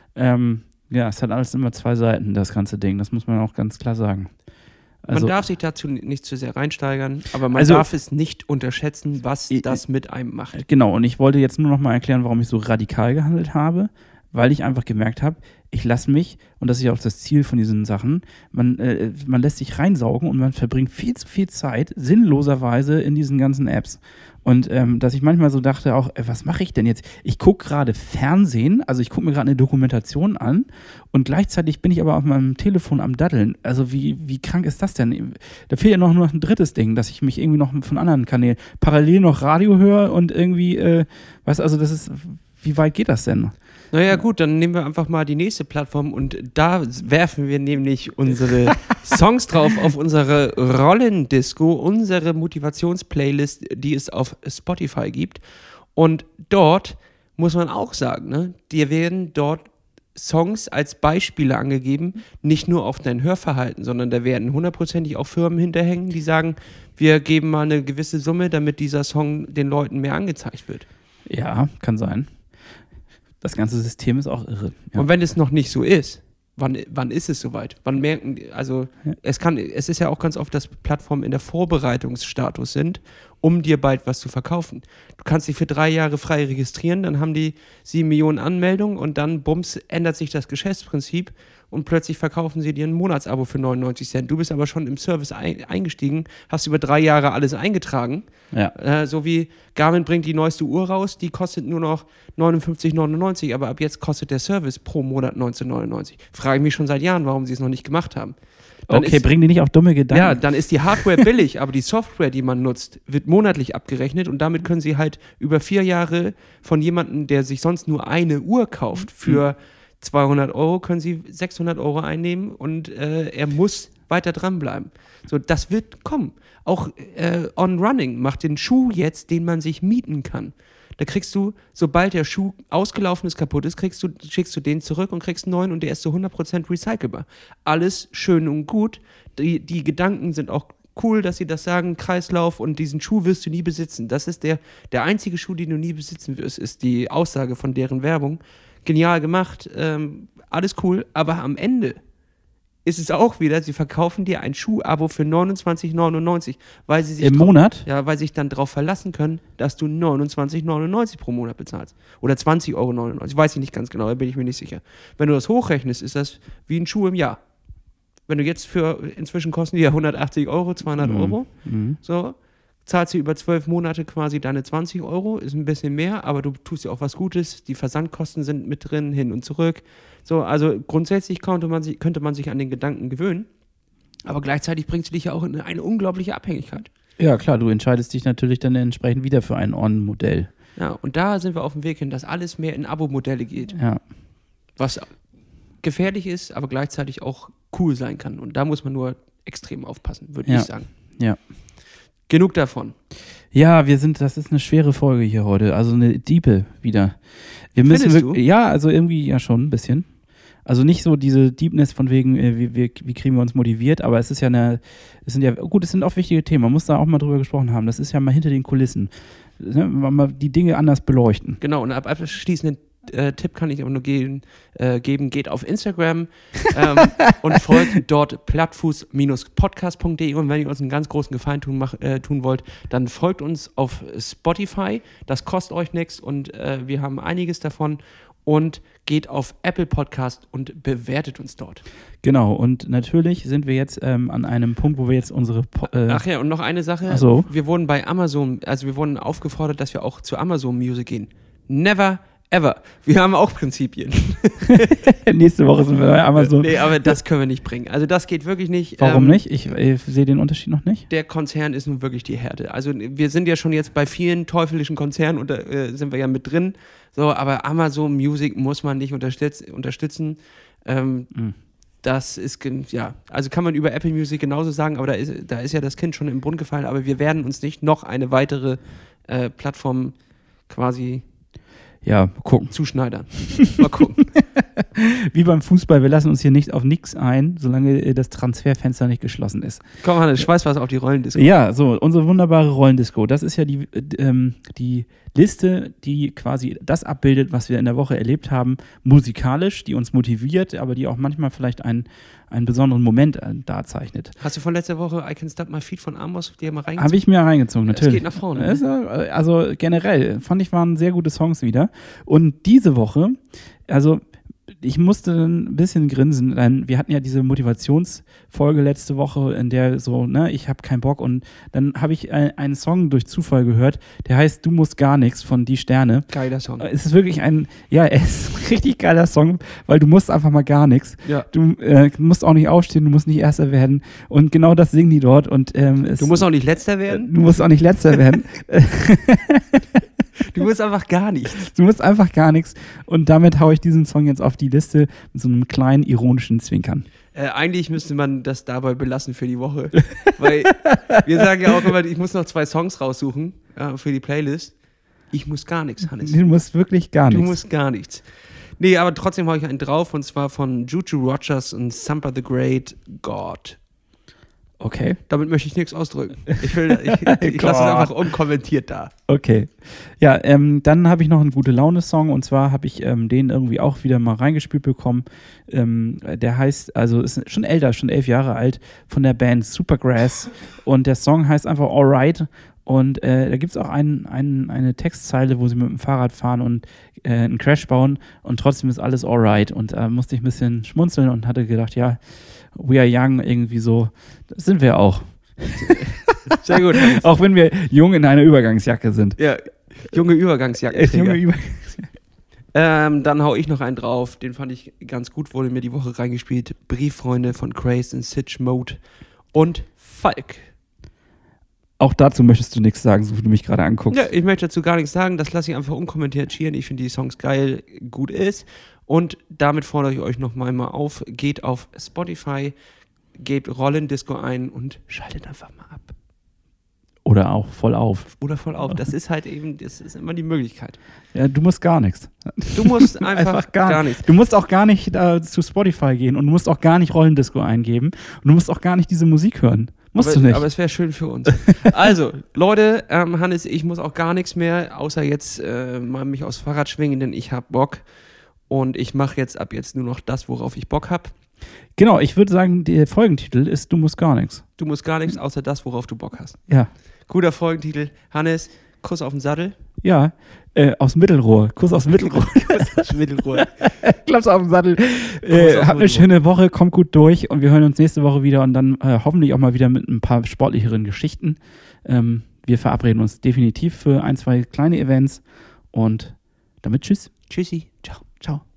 Ja, es hat alles immer 2 Seiten, das ganze Ding. Das muss man auch ganz klar sagen. Also, man darf sich dazu nicht zu sehr reinsteigern, aber man darf es nicht unterschätzen, was das mit einem macht. Genau, und ich wollte jetzt nur noch mal erklären, warum ich so radikal gehandelt habe, weil ich einfach gemerkt habe, ich lasse mich, und das ist ja auch das Ziel von diesen Sachen, man lässt sich reinsaugen und man verbringt viel zu viel Zeit sinnloserweise in diesen ganzen Apps. Und dass ich manchmal so dachte auch, was mache ich denn jetzt? Ich gucke gerade Fernsehen, also ich gucke mir gerade eine Dokumentation an und gleichzeitig bin ich aber auf meinem Telefon am Daddeln. Also wie krank ist das denn? Da fehlt ja noch ein drittes Ding, dass ich mich irgendwie noch von anderen Kanälen parallel noch Radio höre und irgendwie, also das ist, wie weit geht das denn? Naja gut, dann nehmen wir einfach mal die nächste Plattform und da werfen wir nämlich unsere Songs drauf auf unsere Rollendisco, unsere Motivationsplaylist, die es auf Spotify gibt. Und dort muss man auch sagen, ne, dir werden dort Songs als Beispiele angegeben, nicht nur auf dein Hörverhalten, sondern da werden 100%ig auch Firmen hinterhängen, die sagen, wir geben mal eine gewisse Summe, damit dieser Song den Leuten mehr angezeigt wird. Ja, kann sein. Das ganze System ist auch irre. Ja. Und wenn es noch nicht so ist, wann ist es soweit? Wann merken, also ja. Es ist ja auch ganz oft, dass Plattformen in der Vorbereitungsstatus sind, um dir bald was zu verkaufen. Du kannst dich für 3 Jahre frei registrieren, dann haben die 7 Millionen Anmeldungen und dann, bums, ändert sich das Geschäftsprinzip und plötzlich verkaufen sie dir ein Monatsabo für 99 Cent. Du bist aber schon im Service eingestiegen, hast über 3 Jahre alles eingetragen. Ja. So wie Garmin bringt die neueste Uhr raus, die kostet nur noch 59,99, aber ab jetzt kostet der Service pro Monat 19,99. Frage ich mich schon seit Jahren, warum sie es noch nicht gemacht haben. Dann bringen die nicht auf dumme Gedanken. Ja, dann ist die Hardware billig, aber die Software, die man nutzt, wird monatlich abgerechnet und damit können sie halt über 4 Jahre von jemandem, der sich sonst nur eine Uhr kauft, für 200 Euro können sie 600 Euro einnehmen und er muss weiter dranbleiben. So, das wird kommen. Auch On Running macht den Schuh jetzt, den man sich mieten kann. Da kriegst du, sobald der Schuh ausgelaufen ist, kaputt ist, schickst du den zurück und kriegst einen neuen und der ist zu 100% recycelbar. Alles schön und gut. Die Gedanken sind auch cool, dass sie das sagen, Kreislauf und diesen Schuh wirst du nie besitzen. Das ist der einzige Schuh, den du nie besitzen wirst, ist die Aussage von deren Werbung. Genial gemacht, alles cool, aber am Ende ist es auch wieder, sie verkaufen dir ein Schuh-Abo für 29,99, weil sie sich im Monat? Ja, weil sie sich dann darauf verlassen können, dass du 29,99 pro Monat bezahlst. Oder 20,99 Euro, weiß ich nicht ganz genau, da bin ich mir nicht sicher. Wenn du das hochrechnest, ist das wie ein Schuh im Jahr. Wenn du jetzt inzwischen kosten die ja 180 Euro, 200 Euro, so, zahlst du über 12 Monate quasi deine 20 Euro, ist ein bisschen mehr, aber du tust ja auch was Gutes, die Versandkosten sind mit drin, hin und zurück. So, also grundsätzlich könnte man sich an den Gedanken gewöhnen, aber gleichzeitig bringst du dich ja auch in eine unglaubliche Abhängigkeit. Ja, klar, du entscheidest dich natürlich dann entsprechend wieder für ein On-Modell. Ja, und da sind wir auf dem Weg hin, dass alles mehr in Abo-Modelle geht. Ja. Was gefährlich ist, aber gleichzeitig auch cool sein kann. Und da muss man nur extrem aufpassen, würde ich sagen. Ja. Genug davon. Ja, das ist eine schwere Folge hier heute. Also eine Diepe wieder. Findest du? Ja, also irgendwie ja schon ein bisschen. Also nicht so diese Deepness von wegen, wie kriegen wir uns motiviert, aber es sind auch wichtige Themen. Man muss da auch mal drüber gesprochen haben. Das ist ja mal hinter den Kulissen. Ne? Mal die Dinge anders beleuchten. Genau, und abschließenden Tipp kann ich aber nur geben, geht auf Instagram und folgt dort plattfuß-podcast.de, und wenn ihr uns einen ganz großen Gefallen tun wollt, dann folgt uns auf Spotify, das kostet euch nichts und wir haben einiges davon, und geht auf Apple Podcast und bewertet uns dort. Genau, und natürlich sind wir jetzt an einem Punkt, wo wir jetzt unsere... Ach ja, und noch eine Sache, Ach so. Wir wurden bei Amazon, also wir wurden aufgefordert, dass wir auch zu Amazon Music gehen. Never ever. Wir haben auch Prinzipien. Nächste Woche sind wir bei Amazon. Nee, aber das können wir nicht bringen. Also das geht wirklich nicht. Warum nicht? Ich sehe den Unterschied noch nicht. Der Konzern ist nun wirklich die Härte. Also wir sind ja schon jetzt bei vielen teuflischen Konzernen und da sind wir ja mit drin. So, aber Amazon Music muss man nicht unterstützen. Das ist, ja, also kann man über Apple Music genauso sagen, aber da ist ja das Kind schon im Brunnen gefallen, aber wir werden uns nicht noch eine weitere Plattform quasi gucken. Zuschneidern. Mal gucken. Wie beim Fußball, wir lassen uns hier nicht auf nichts ein, solange das Transferfenster nicht geschlossen ist. Komm, Hannes, schmeiß was auf die Rollendisco. Ja, so, unsere wunderbare Rollendisco. Das ist ja die Liste, die quasi das abbildet, was wir in der Woche erlebt haben, musikalisch, die uns motiviert, aber die auch manchmal vielleicht einen besonderen Moment darzeichnet. Hast du von letzter Woche I Can Stop My Feet von Amos dir mal reingezogen? Habe ich mir reingezogen, natürlich. Es geht nach vorne. Also generell, fand ich, waren sehr gute Songs wieder. Und diese Woche, also ich musste ein bisschen grinsen, denn wir hatten ja diese Motivationsfolge letzte Woche, in der so, ich habe keinen Bock, und dann habe ich einen Song durch Zufall gehört, der heißt Du musst gar nichts von Die Sterne. Geiler Song. Es ist wirklich es ist ein richtig geiler Song, weil du musst einfach mal gar nichts. Ja. Du musst auch nicht aufstehen, du musst nicht Erster werden, und genau das singen die dort. Und du musst auch nicht Letzter werden? Du musst auch nicht Letzter werden. Du musst einfach gar nichts. Du musst einfach gar nichts. Und damit haue ich diesen Song jetzt auf die Liste mit so einem kleinen ironischen Zwinkern. Eigentlich müsste man das dabei belassen für die Woche. Weil wir sagen ja auch immer, ich muss noch 2 Songs raussuchen für die Playlist. Ich muss gar nichts, Hannes. Du musst wirklich gar nichts. Du musst gar nichts. Nee, aber trotzdem haue ich einen drauf, und zwar von Juju Rogers und Sampa the Great, God. Okay. Damit möchte ich nichts ausdrücken. Ich lasse es einfach unkommentiert da. Okay. Ja, dann habe ich noch einen Gute-Laune-Song, und zwar habe ich den irgendwie auch wieder mal reingespielt bekommen. Der heißt, also ist schon älter, schon 11 Jahre alt, von der Band Supergrass, und der Song heißt einfach Alright. Und da gibt es auch eine Textzeile, wo sie mit dem Fahrrad fahren und einen Crash bauen, und trotzdem ist alles alright. Und da musste ich ein bisschen schmunzeln und hatte gedacht, ja, we are young, irgendwie so, das sind wir auch. Sehr gut. Auch wenn wir jung in einer Übergangsjacke sind. Ja, junge Übergangsjacke. Dann hau ich noch einen drauf, den fand ich ganz gut, wurde mir die Woche reingespielt. Brieffreunde von Crazed in Sitch Mode und Falk. Auch dazu möchtest du nichts sagen, so wie du mich gerade anguckst. Ja, ich möchte dazu gar nichts sagen, das lasse ich einfach unkommentiert schieren. Ich finde die Songs geil, gut ist. Und damit fordere ich euch noch mal auf, geht auf Spotify, gebt Rollendisco ein und schaltet einfach mal ab. Oder auch voll auf. Das ist halt eben, das ist immer die Möglichkeit. Ja, du musst gar nichts. Du musst einfach gar nichts. Du musst auch gar nicht zu Spotify gehen, und du musst auch gar nicht Rollendisco eingeben, und du musst auch gar nicht diese Musik hören. Musst du nicht. Aber es wäre schön für uns. Also, Leute, Hannes, ich muss auch gar nichts mehr, außer jetzt mal mich aufs Fahrrad schwingen, denn ich habe Bock. Und ich mache ab jetzt nur noch das, worauf ich Bock habe. Genau, ich würde sagen, der Folgentitel ist Du musst gar nichts. Du musst gar nichts, außer das, worauf du Bock hast. Ja. Guter Folgentitel. Hannes, Kuss auf den Sattel. Ja, aus Mittelrohr. Kuss aufs Mittelrohr. Kuss aufs Mittelrohr. Klaps auf den Sattel. Habt eine schöne Woche, kommt gut durch, und wir hören uns nächste Woche wieder, und dann hoffentlich auch mal wieder mit ein paar sportlicheren Geschichten. Wir verabreden uns definitiv für 1, 2 kleine Events, und damit tschüss. Tschüssi. Ciao. Ciao.